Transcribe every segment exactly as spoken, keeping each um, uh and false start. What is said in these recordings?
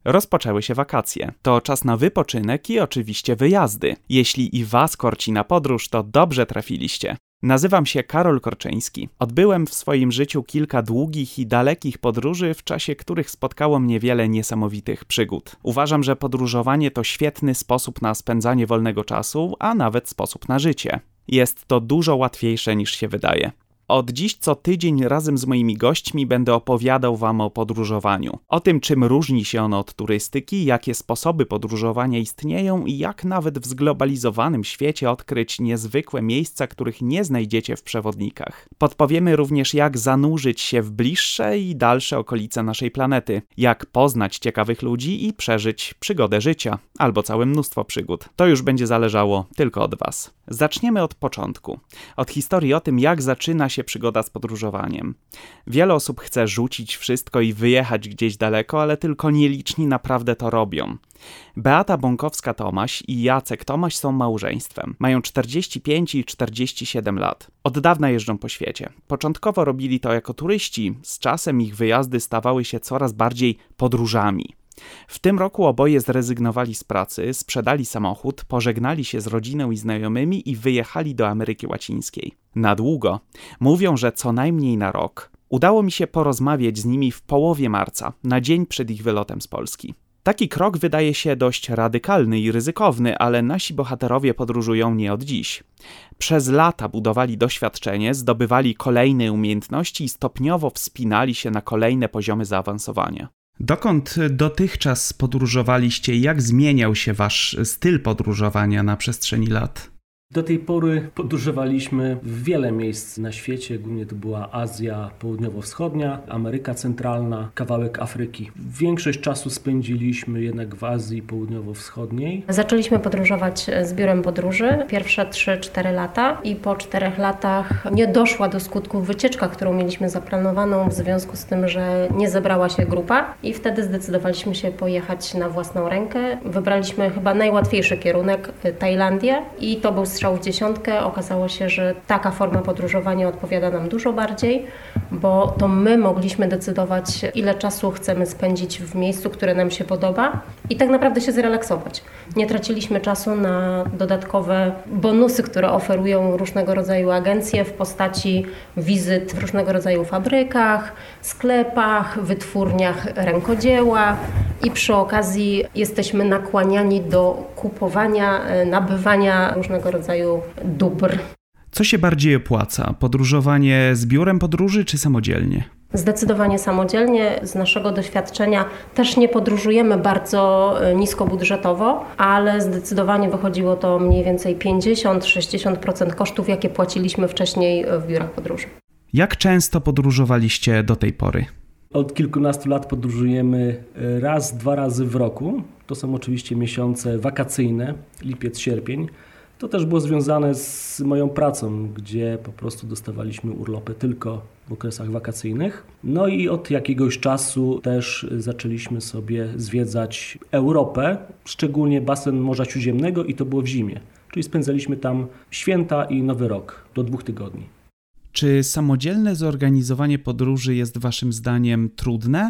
Rozpoczęły się wakacje. To czas na wypoczynek i oczywiście wyjazdy. Jeśli i was korci na podróż, to dobrze trafiliście. Nazywam się Karol Korczyński. Odbyłem w swoim życiu kilka długich i dalekich podróży, w czasie których spotkało mnie wiele niesamowitych przygód. Uważam, że podróżowanie to świetny sposób na spędzanie wolnego czasu, a nawet sposób na życie. Jest to dużo łatwiejsze niż się wydaje. Od dziś co tydzień razem z moimi gośćmi będę opowiadał wam o podróżowaniu. O tym, czym różni się ono od turystyki, jakie sposoby podróżowania istnieją i jak nawet w zglobalizowanym świecie odkryć niezwykłe miejsca, których nie znajdziecie w przewodnikach. Podpowiemy również, jak zanurzyć się w bliższe i dalsze okolice naszej planety, jak poznać ciekawych ludzi i przeżyć przygodę życia, albo całe mnóstwo przygód. To już będzie zależało tylko od was. Zaczniemy od początku. Od historii o tym, jak zaczyna się przygoda z podróżowaniem. Wiele osób chce rzucić wszystko i wyjechać gdzieś daleko, ale tylko nieliczni naprawdę to robią. Beata Bąkowska-Tomaś i Jacek Tomaś są małżeństwem. Mają czterdzieści pięć i czterdzieści siedem lat. Od dawna jeżdżą po świecie. Początkowo robili to jako turyści. Z czasem ich wyjazdy stawały się coraz bardziej podróżami. W tym roku oboje zrezygnowali z pracy, sprzedali samochód, pożegnali się z rodziną i znajomymi i wyjechali do Ameryki Łacińskiej. Na długo. Mówią, że co najmniej na rok. Udało mi się porozmawiać z nimi w połowie marca, na dzień przed ich wylotem z Polski. Taki krok wydaje się dość radykalny i ryzykowny, ale nasi bohaterowie podróżują nie od dziś. Przez lata budowali doświadczenie, zdobywali kolejne umiejętności i stopniowo wspinali się na kolejne poziomy zaawansowania. Dokąd dotychczas podróżowaliście i jak zmieniał się wasz styl podróżowania na przestrzeni lat? Do tej pory podróżowaliśmy w wiele miejsc na świecie, głównie to była Azja Południowo-Wschodnia, Ameryka Centralna, kawałek Afryki. Większość czasu spędziliśmy jednak w Azji Południowo-Wschodniej. Zaczęliśmy podróżować z biurem podróży pierwsze trzy cztery lata i po czterech latach nie doszła do skutku wycieczka, którą mieliśmy zaplanowaną w związku z tym, że nie zebrała się grupa i wtedy zdecydowaliśmy się pojechać na własną rękę. Wybraliśmy chyba najłatwiejszy kierunek, Tajlandię, i to był strzał w dziesiątkę. Okazało się, że taka forma podróżowania odpowiada nam dużo bardziej, bo to my mogliśmy decydować, ile czasu chcemy spędzić w miejscu, które nam się podoba i tak naprawdę się zrelaksować. Nie traciliśmy czasu na dodatkowe bonusy, które oferują różnego rodzaju agencje w postaci wizyt w różnego rodzaju fabrykach, sklepach, wytwórniach rękodzieła i przy okazji jesteśmy nakłaniani do kupowania, nabywania różnego rodzaju dóbr. Co się bardziej opłaca? Podróżowanie z biurem podróży czy samodzielnie? Zdecydowanie samodzielnie. Z naszego doświadczenia też nie podróżujemy bardzo niskobudżetowo, ale zdecydowanie wychodziło to mniej więcej pięćdziesiąt do sześćdziesięciu procent kosztów, jakie płaciliśmy wcześniej w biurach podróży. Jak często podróżowaliście do tej pory? Od kilkunastu lat podróżujemy raz, dwa razy w roku. To są oczywiście miesiące wakacyjne, lipiec, sierpień. To też było związane z moją pracą, gdzie po prostu dostawaliśmy urlopy tylko w okresach wakacyjnych. No i od jakiegoś czasu też zaczęliśmy sobie zwiedzać Europę, szczególnie basen Morza Śródziemnego i to było w zimie. Czyli spędzaliśmy tam święta i Nowy Rok do dwóch tygodni. Czy samodzielne zorganizowanie podróży jest waszym zdaniem trudne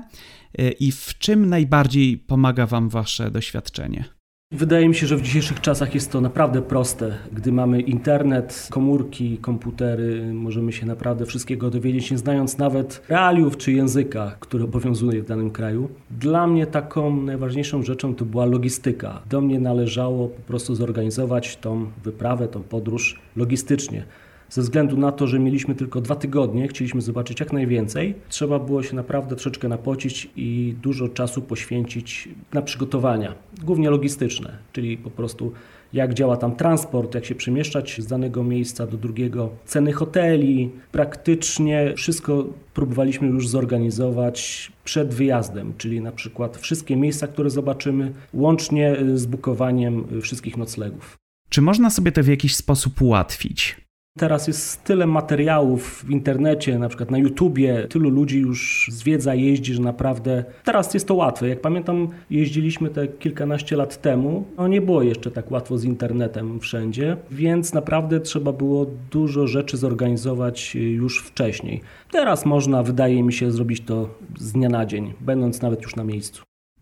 i w czym najbardziej pomaga wam wasze doświadczenie? Wydaje mi się, że w dzisiejszych czasach jest to naprawdę proste. Gdy mamy internet, komórki, komputery, możemy się naprawdę wszystkiego dowiedzieć, nie znając nawet realiów czy języka, który obowiązuje w danym kraju. Dla mnie taką najważniejszą rzeczą to była logistyka. Do mnie należało po prostu zorganizować tą wyprawę, tą podróż logistycznie. Ze względu na to, że mieliśmy tylko dwa tygodnie, chcieliśmy zobaczyć jak najwięcej, trzeba było się naprawdę troszeczkę napocić i dużo czasu poświęcić na przygotowania, głównie logistyczne, czyli po prostu jak działa tam transport, jak się przemieszczać z danego miejsca do drugiego, ceny hoteli. Praktycznie wszystko próbowaliśmy już zorganizować przed wyjazdem, czyli na przykład wszystkie miejsca, które zobaczymy, łącznie z bukowaniem wszystkich noclegów. Czy można sobie to w jakiś sposób ułatwić? Teraz jest tyle materiałów w internecie, na przykład na YouTubie, tylu ludzi już zwiedza, jeździ, że naprawdę teraz jest to łatwe. Jak pamiętam, jeździliśmy te kilkanaście lat temu, no nie było jeszcze tak łatwo z internetem wszędzie, więc naprawdę trzeba było dużo rzeczy zorganizować już wcześniej. Teraz można, wydaje mi się, zrobić to z dnia na dzień, będąc nawet już na miejscu.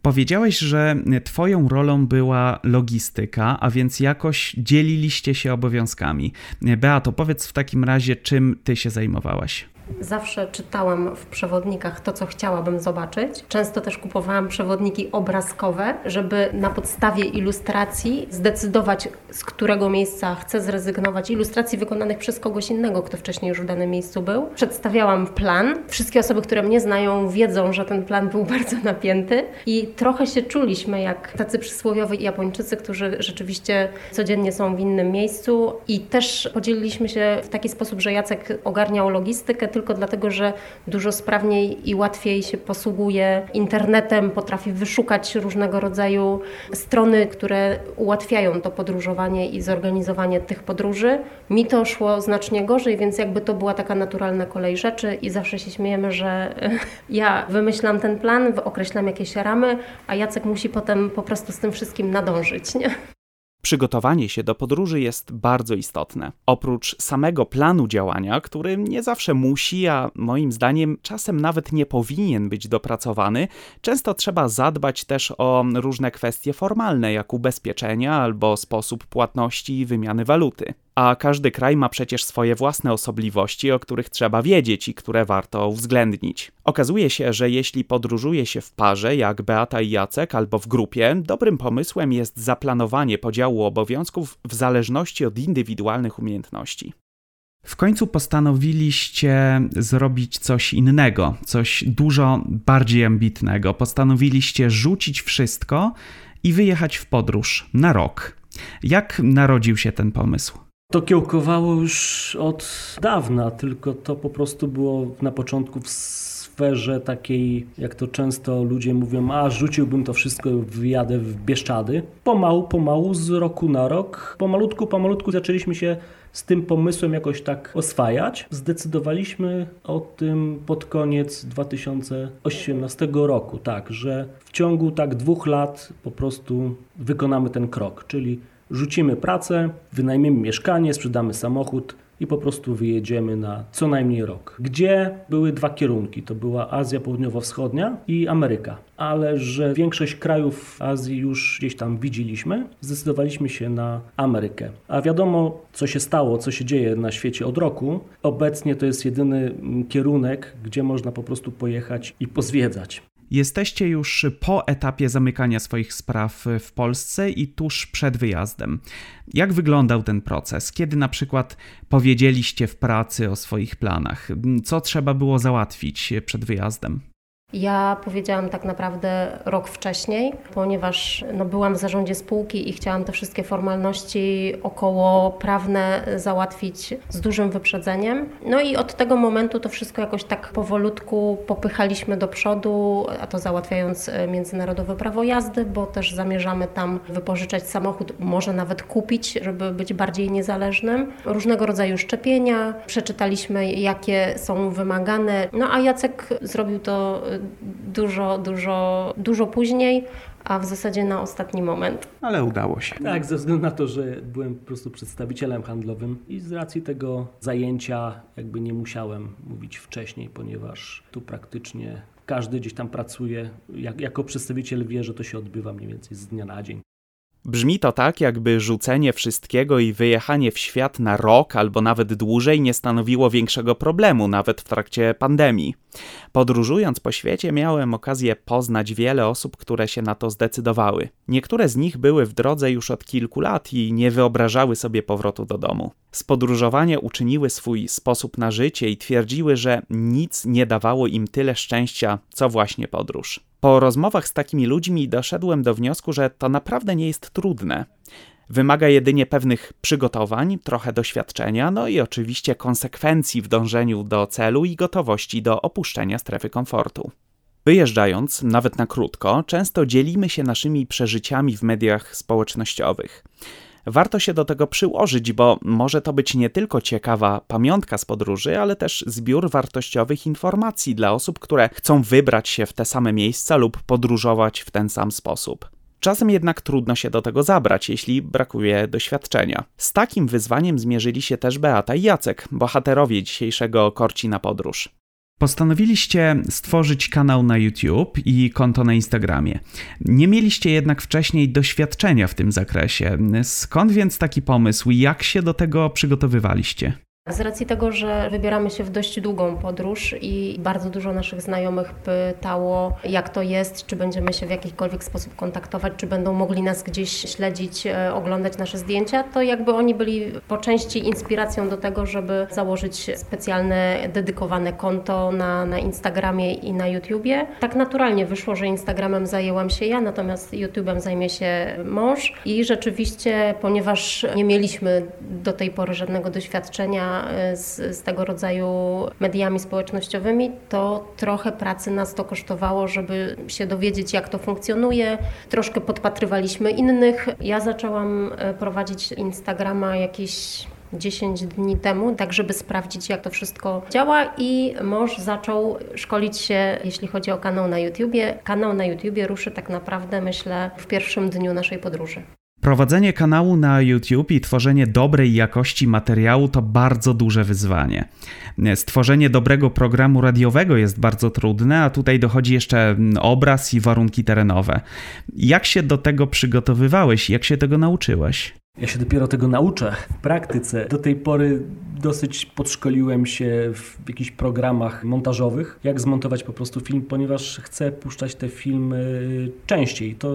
Powiedziałeś, że twoją rolą była logistyka, a więc jakoś dzieliliście się obowiązkami. Beato, powiedz w takim razie, czym ty się zajmowałaś? Zawsze czytałam w przewodnikach to, co chciałabym zobaczyć. Często też kupowałam przewodniki obrazkowe, żeby na podstawie ilustracji zdecydować, z którego miejsca chcę zrezygnować. Ilustracji wykonanych przez kogoś innego, kto wcześniej już w danym miejscu był. Przedstawiałam plan. Wszystkie osoby, które mnie znają, wiedzą, że ten plan był bardzo napięty i trochę się czuliśmy jak tacy przysłowiowi Japończycy, którzy rzeczywiście codziennie są w innym miejscu i też podzieliliśmy się w taki sposób, że Jacek ogarniał logistykę, tylko dlatego, że dużo sprawniej i łatwiej się posługuje internetem, potrafi wyszukać różnego rodzaju strony, które ułatwiają to podróżowanie i zorganizowanie tych podróży. Mi to szło znacznie gorzej, więc jakby to była taka naturalna kolej rzeczy i zawsze się śmiejemy, że ja wymyślam ten plan, określam jakieś ramy, a Jacek musi potem po prostu z tym wszystkim nadążyć, nie? Przygotowanie się do podróży jest bardzo istotne. Oprócz samego planu działania, który nie zawsze musi, a moim zdaniem czasem nawet nie powinien być dopracowany, często trzeba zadbać też o różne kwestie formalne, jak ubezpieczenia albo sposób płatności i wymiany waluty. A każdy kraj ma przecież swoje własne osobliwości, o których trzeba wiedzieć i które warto uwzględnić. Okazuje się, że jeśli podróżuje się w parze, jak Beata i Jacek, albo w grupie, dobrym pomysłem jest zaplanowanie podziału obowiązków w zależności od indywidualnych umiejętności. W końcu postanowiliście zrobić coś innego, coś dużo bardziej ambitnego. Postanowiliście rzucić wszystko i wyjechać w podróż na rok. Jak narodził się ten pomysł? To kiełkowało już od dawna, tylko to po prostu było na początku w sferze takiej, jak to często ludzie mówią, a rzuciłbym to wszystko i wyjadę w Bieszczady. Pomału, pomału, z roku na rok, pomalutku, pomalutku zaczęliśmy się z tym pomysłem jakoś tak oswajać. Zdecydowaliśmy o tym pod koniec dwa tysiące osiemnastego roku, tak, że w ciągu tak dwóch lat po prostu wykonamy ten krok, czyli rzucimy pracę, wynajmiemy mieszkanie, sprzedamy samochód i po prostu wyjedziemy na co najmniej rok. Gdzie były dwa kierunki, to była Azja Południowo-Wschodnia i Ameryka. Ale że większość krajów Azji już gdzieś tam widzieliśmy, zdecydowaliśmy się na Amerykę. A wiadomo, co się stało, co się dzieje na świecie od roku. Obecnie to jest jedyny kierunek, gdzie można po prostu pojechać i pozwiedzać. Jesteście już po etapie zamykania swoich spraw w Polsce i tuż przed wyjazdem. Jak wyglądał ten proces? Kiedy na przykład powiedzieliście w pracy o swoich planach? Co trzeba było załatwić przed wyjazdem? Ja powiedziałam tak naprawdę rok wcześniej, ponieważ no, byłam w zarządzie spółki i chciałam te wszystkie formalności około prawne załatwić z dużym wyprzedzeniem. No i od tego momentu to wszystko jakoś tak powolutku popychaliśmy do przodu, a to załatwiając międzynarodowe prawo jazdy, bo też zamierzamy tam wypożyczać samochód, może nawet kupić, żeby być bardziej niezależnym. Różnego rodzaju szczepienia, przeczytaliśmy jakie są wymagane, no a Jacek zrobił to dużo, dużo, dużo później, a w zasadzie na ostatni moment. Ale udało się. Tak, ze względu na to, że byłem po prostu przedstawicielem handlowym i z racji tego zajęcia jakby nie musiałem mówić wcześniej, ponieważ tu praktycznie każdy gdzieś tam pracuje, jak, jako przedstawiciel wie, że to się odbywa mniej więcej z dnia na dzień. Brzmi to tak, jakby rzucenie wszystkiego i wyjechanie w świat na rok albo nawet dłużej nie stanowiło większego problemu, nawet w trakcie pandemii. Podróżując po świecie miałem okazję poznać wiele osób, które się na to zdecydowały. Niektóre z nich były w drodze już od kilku lat i nie wyobrażały sobie powrotu do domu. Z podróżowania uczyniły swój sposób na życie i twierdziły, że nic nie dawało im tyle szczęścia, co właśnie podróż. Po rozmowach z takimi ludźmi doszedłem do wniosku, że to naprawdę nie jest trudne. Wymaga jedynie pewnych przygotowań, trochę doświadczenia, no i oczywiście konsekwencji w dążeniu do celu i gotowości do opuszczenia strefy komfortu. Wyjeżdżając, nawet na krótko, często dzielimy się naszymi przeżyciami w mediach społecznościowych. Warto się do tego przyłożyć, bo może to być nie tylko ciekawa pamiątka z podróży, ale też zbiór wartościowych informacji dla osób, które chcą wybrać się w te same miejsca lub podróżować w ten sam sposób. Czasem jednak trudno się do tego zabrać, jeśli brakuje doświadczenia. Z takim wyzwaniem zmierzyli się też Beata i Jacek, bohaterowie dzisiejszego Korci na podróż. Postanowiliście stworzyć kanał na YouTube i konto na Instagramie. Nie mieliście jednak wcześniej doświadczenia w tym zakresie. Skąd więc taki pomysł? Jak się do tego przygotowywaliście? Z racji tego, że wybieramy się w dość długą podróż i bardzo dużo naszych znajomych pytało, jak to jest, czy będziemy się w jakikolwiek sposób kontaktować, czy będą mogli nas gdzieś śledzić, oglądać nasze zdjęcia, to jakby oni byli po części inspiracją do tego, żeby założyć specjalne, dedykowane konto na, na Instagramie i na YouTubie. Tak naturalnie wyszło, że Instagramem zajęłam się ja, natomiast YouTubem zajmie się mąż i rzeczywiście, ponieważ nie mieliśmy do tej pory żadnego doświadczenia Z, z tego rodzaju mediami społecznościowymi, to trochę pracy nas to kosztowało, żeby się dowiedzieć, jak to funkcjonuje. Troszkę podpatrywaliśmy innych. Ja zaczęłam prowadzić Instagrama jakieś dziesięć dni temu, tak żeby sprawdzić, jak to wszystko działa i mąż zaczął szkolić się, jeśli chodzi o kanał na YouTubie. Kanał na YouTubie ruszy tak naprawdę, myślę, w pierwszym dniu naszej podróży. Prowadzenie kanału na YouTube i tworzenie dobrej jakości materiału to bardzo duże wyzwanie. Stworzenie dobrego programu radiowego jest bardzo trudne, a tutaj dochodzi jeszcze obraz i warunki terenowe. Jak się do tego przygotowywałeś? Jak się tego nauczyłeś? Ja się dopiero tego nauczę w praktyce. Do tej pory dosyć podszkoliłem się w jakichś programach montażowych, jak zmontować po prostu film, ponieważ chcę puszczać te filmy częściej. To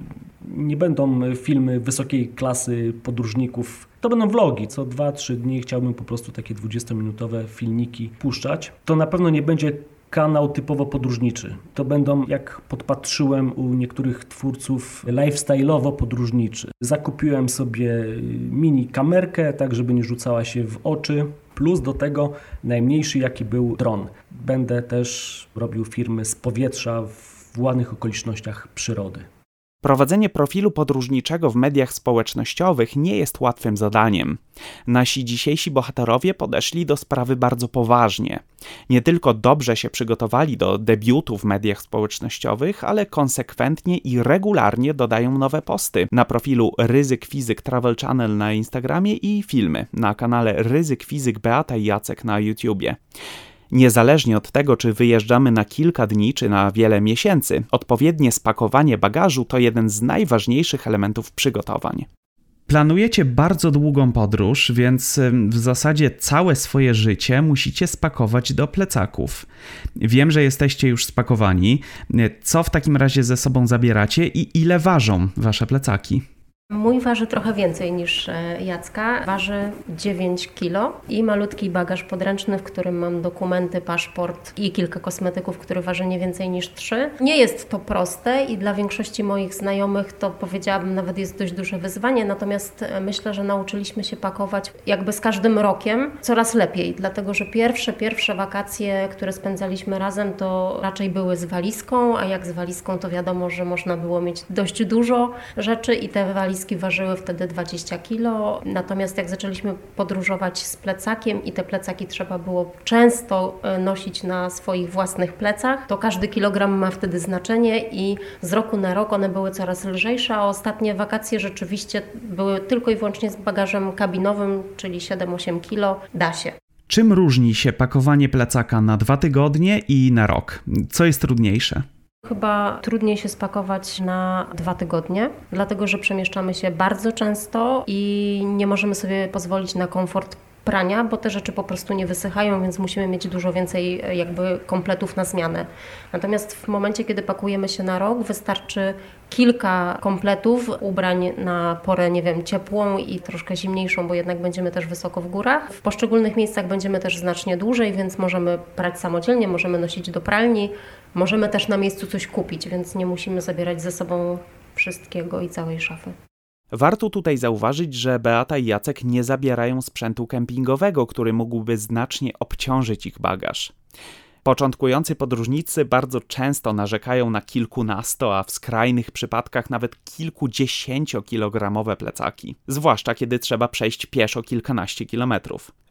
nie będą filmy wysokiej klasy podróżników, to będą vlogi. Co dwa trzy dni chciałbym po prostu takie dwudziestominutowe filmiki puszczać. To na pewno nie będzie kanał typowo podróżniczy. To będą, jak podpatrzyłem u niektórych twórców, lifestyle'owo podróżniczy. Zakupiłem sobie mini kamerkę, tak żeby nie rzucała się w oczy, plus do tego najmniejszy jaki był dron. Będę też robił filmy z powietrza w ładnych okolicznościach przyrody. Prowadzenie profilu podróżniczego w mediach społecznościowych nie jest łatwym zadaniem. Nasi dzisiejsi bohaterowie podeszli do sprawy bardzo poważnie. Nie tylko dobrze się przygotowali do debiutu w mediach społecznościowych, ale konsekwentnie i regularnie dodają nowe posty na profilu Ryzyk Fizyk Travel Channel na Instagramie i filmy na kanale Ryzyk Fizyk Beata i Jacek na YouTubie. Niezależnie od tego, czy wyjeżdżamy na kilka dni, czy na wiele miesięcy, odpowiednie spakowanie bagażu to jeden z najważniejszych elementów przygotowań. Planujecie bardzo długą podróż, więc w zasadzie całe swoje życie musicie spakować do plecaków. Wiem, że jesteście już spakowani. Co w takim razie ze sobą zabieracie i ile ważą wasze plecaki? Mój waży trochę więcej niż Jacka, waży dziewięć kilo i malutki bagaż podręczny, w którym mam dokumenty, paszport i kilka kosmetyków, który waży nie więcej niż trzy. Nie jest to proste i dla większości moich znajomych to, powiedziałabym, nawet jest dość duże wyzwanie, natomiast myślę, że nauczyliśmy się pakować jakby z każdym rokiem coraz lepiej, dlatego że pierwsze, pierwsze wakacje, które spędzaliśmy razem, to raczej były z walizką, a jak z walizką, to wiadomo, że można było mieć dość dużo rzeczy i te walizki ważyły wtedy dwadzieścia kilo, natomiast jak zaczęliśmy podróżować z plecakiem i te plecaki trzeba było często nosić na swoich własnych plecach, to każdy kilogram ma wtedy znaczenie i z roku na rok one były coraz lżejsze, a ostatnie wakacje rzeczywiście były tylko i wyłącznie z bagażem kabinowym, czyli siedem osiem kilo, da się. Czym różni się pakowanie plecaka na dwa tygodnie i na rok? Co jest trudniejsze? Chyba trudniej się spakować na dwa tygodnie, dlatego że przemieszczamy się bardzo często i nie możemy sobie pozwolić na komfort prania, bo te rzeczy po prostu nie wysychają, więc musimy mieć dużo więcej jakby kompletów na zmianę. Natomiast w momencie, kiedy pakujemy się na rok, wystarczy kilka kompletów ubrań na porę, nie wiem, ciepłą i troszkę zimniejszą, bo jednak będziemy też wysoko w górach. W poszczególnych miejscach będziemy też znacznie dłużej, więc możemy prać samodzielnie, możemy nosić do pralni, możemy też na miejscu coś kupić, więc nie musimy zabierać ze sobą wszystkiego i całej szafy. Warto tutaj zauważyć, że Beata i Jacek nie zabierają sprzętu kempingowego, który mógłby znacznie obciążyć ich bagaż. Początkujący podróżnicy bardzo często narzekają na kilkunasto, a w skrajnych przypadkach nawet kilkudziesięciokilogramowe plecaki, zwłaszcza kiedy trzeba przejść pieszo kilkanaście kilometrów.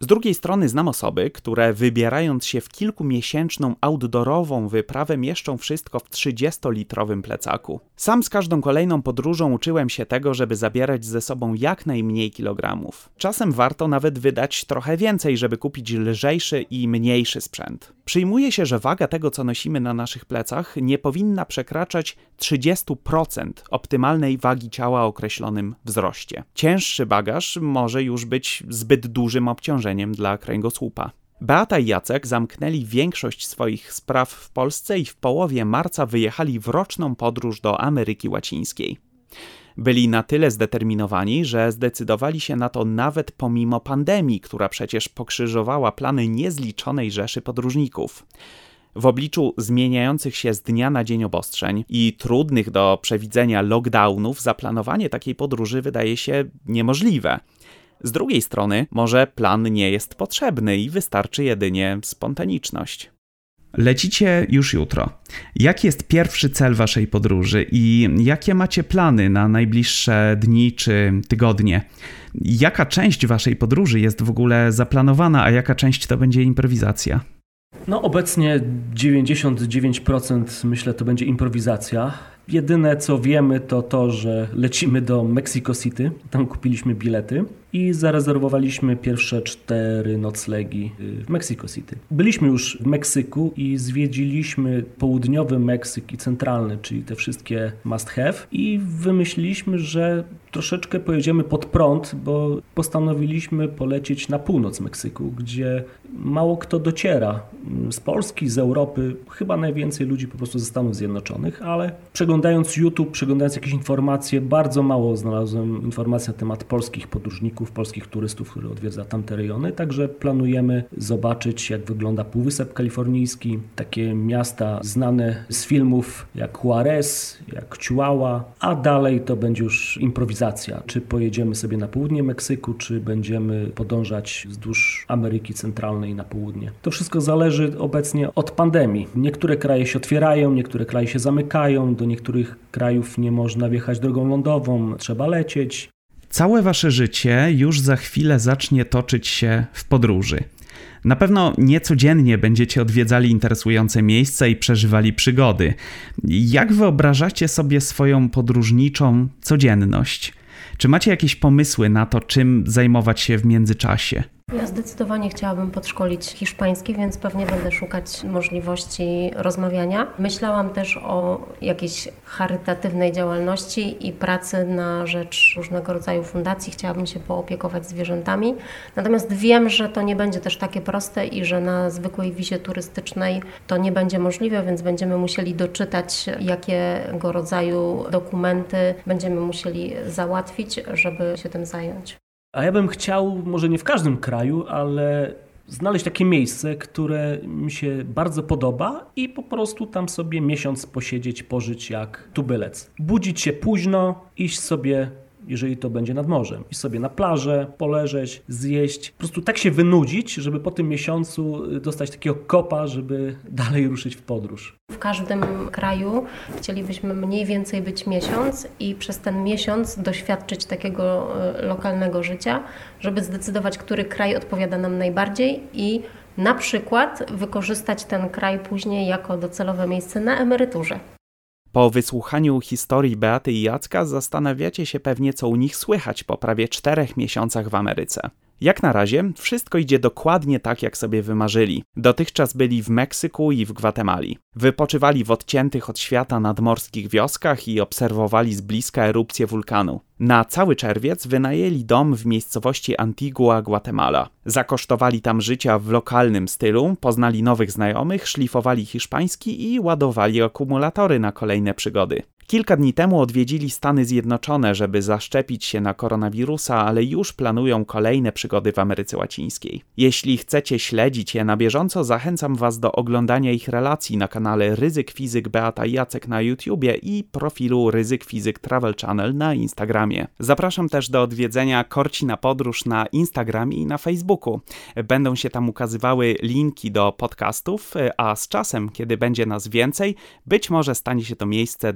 Z drugiej strony znam osoby, które wybierając się w kilkumiesięczną outdoorową wyprawę mieszczą wszystko w trzydziestolitrowym plecaku. Sam z każdą kolejną podróżą uczyłem się tego, żeby zabierać ze sobą jak najmniej kilogramów. Czasem warto nawet wydać trochę więcej, żeby kupić lżejszy i mniejszy sprzęt. Przyjmuje się, że waga tego, co nosimy na naszych plecach, nie powinna przekraczać trzydzieści procent optymalnej wagi ciała o określonym wzroście. Cięższy bagaż może już być zbyt dużym obciążeniem dla kręgosłupa. Beata i Jacek zamknęli większość swoich spraw w Polsce i w połowie marca wyjechali w roczną podróż do Ameryki Łacińskiej. Byli na tyle zdeterminowani, że zdecydowali się na to nawet pomimo pandemii, która przecież pokrzyżowała plany niezliczonej rzeszy podróżników. W obliczu zmieniających się z dnia na dzień obostrzeń i trudnych do przewidzenia lockdownów zaplanowanie takiej podróży wydaje się niemożliwe. Z drugiej strony, może plan nie jest potrzebny i wystarczy jedynie spontaniczność. Lecicie już jutro. Jaki jest pierwszy cel waszej podróży i jakie macie plany na najbliższe dni czy tygodnie? Jaka część waszej podróży jest w ogóle zaplanowana, a jaka część to będzie improwizacja? No obecnie dziewięćdziesiąt dziewięć procent myślę to będzie improwizacja. Jedyne co wiemy to to, że lecimy do Mexico City, tam kupiliśmy bilety i zarezerwowaliśmy pierwsze cztery noclegi w Mexico City. Byliśmy już w Meksyku i zwiedziliśmy południowy Meksyk i centralny, czyli te wszystkie must have i wymyśliliśmy, że troszeczkę pojedziemy pod prąd, bo postanowiliśmy polecieć na północ Meksyku, gdzie mało kto dociera. Z Polski, z Europy, chyba najwięcej ludzi po prostu ze Stanów Zjednoczonych, ale przeglądając YouTube, przeglądając jakieś informacje, bardzo mało znalazłem informacji na temat polskich podróżników, polskich turystów, którzy odwiedza tamte rejony, także planujemy zobaczyć, jak wygląda Półwysep Kalifornijski, takie miasta znane z filmów jak Juarez, jak Chihuahua, a dalej to będzie już improwizacja. Czy pojedziemy sobie na południe Meksyku, czy będziemy podążać wzdłuż Ameryki Centralnej na południe. To wszystko zależy obecnie od pandemii. Niektóre kraje się otwierają, niektóre kraje się zamykają, do niektórych krajów nie można wjechać drogą lądową, trzeba lecieć. Całe wasze życie już za chwilę zacznie toczyć się w podróży. Na pewno niecodziennie będziecie odwiedzali interesujące miejsca i przeżywali przygody. Jak wyobrażacie sobie swoją podróżniczą codzienność? Czy macie jakieś pomysły na to, czym zajmować się w międzyczasie? Ja zdecydowanie chciałabym podszkolić hiszpański, więc pewnie będę szukać możliwości rozmawiania. Myślałam też o jakiejś charytatywnej działalności i pracy na rzecz różnego rodzaju fundacji. Chciałabym się poopiekować zwierzętami. Natomiast wiem, że to nie będzie też takie proste i że na zwykłej wizie turystycznej to nie będzie możliwe, więc będziemy musieli doczytać, jakiego rodzaju dokumenty będziemy musieli załatwić, żeby się tym zająć. A ja bym chciał, może nie w każdym kraju, ale znaleźć takie miejsce, które mi się bardzo podoba i po prostu tam sobie miesiąc posiedzieć, pożyć jak tubylec. Budzić się późno, iść sobie, jeżeli to będzie nad morzem, iść sobie na plażę, poleżeć, zjeść, po prostu tak się wynudzić, żeby po tym miesiącu dostać takiego kopa, żeby dalej ruszyć w podróż. W każdym kraju chcielibyśmy mniej więcej być miesiąc i przez ten miesiąc doświadczyć takiego lokalnego życia, żeby zdecydować, który kraj odpowiada nam najbardziej i na przykład wykorzystać ten kraj później jako docelowe miejsce na emeryturze. Po wysłuchaniu historii Beaty i Jacka zastanawiacie się pewnie, co u nich słychać po prawie czterech miesiącach w Ameryce. Jak na razie wszystko idzie dokładnie tak, jak sobie wymarzyli. Dotychczas byli w Meksyku i w Gwatemali. Wypoczywali w odciętych od świata nadmorskich wioskach i obserwowali z bliska erupcję wulkanu. Na cały czerwiec wynajęli dom w miejscowości Antigua, Gwatemala. Zakosztowali tam życia w lokalnym stylu, poznali nowych znajomych, szlifowali hiszpański i ładowali akumulatory na kolejne przygody. Kilka dni temu odwiedzili Stany Zjednoczone, żeby zaszczepić się na koronawirusa, ale już planują kolejne przygody w Ameryce Łacińskiej. Jeśli chcecie śledzić je na bieżąco, zachęcam was do oglądania ich relacji na kanale Ryzyk Fizyk Beata i Jacek na YouTubie i profilu Ryzyk Fizyk Travel Channel na Instagramie. Zapraszam też do odwiedzenia Korci na Podróż na Instagramie i na Facebooku. Będą się tam ukazywały linki do podcastów, a z czasem, kiedy będzie nas więcej, być może stanie się to miejsce do wymiany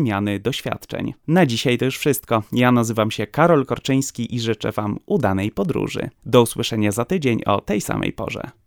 wymiany doświadczeń. Na dzisiaj to już wszystko. Ja nazywam się Karol Korczyński i życzę Wam udanej podróży. Do usłyszenia za tydzień o tej samej porze.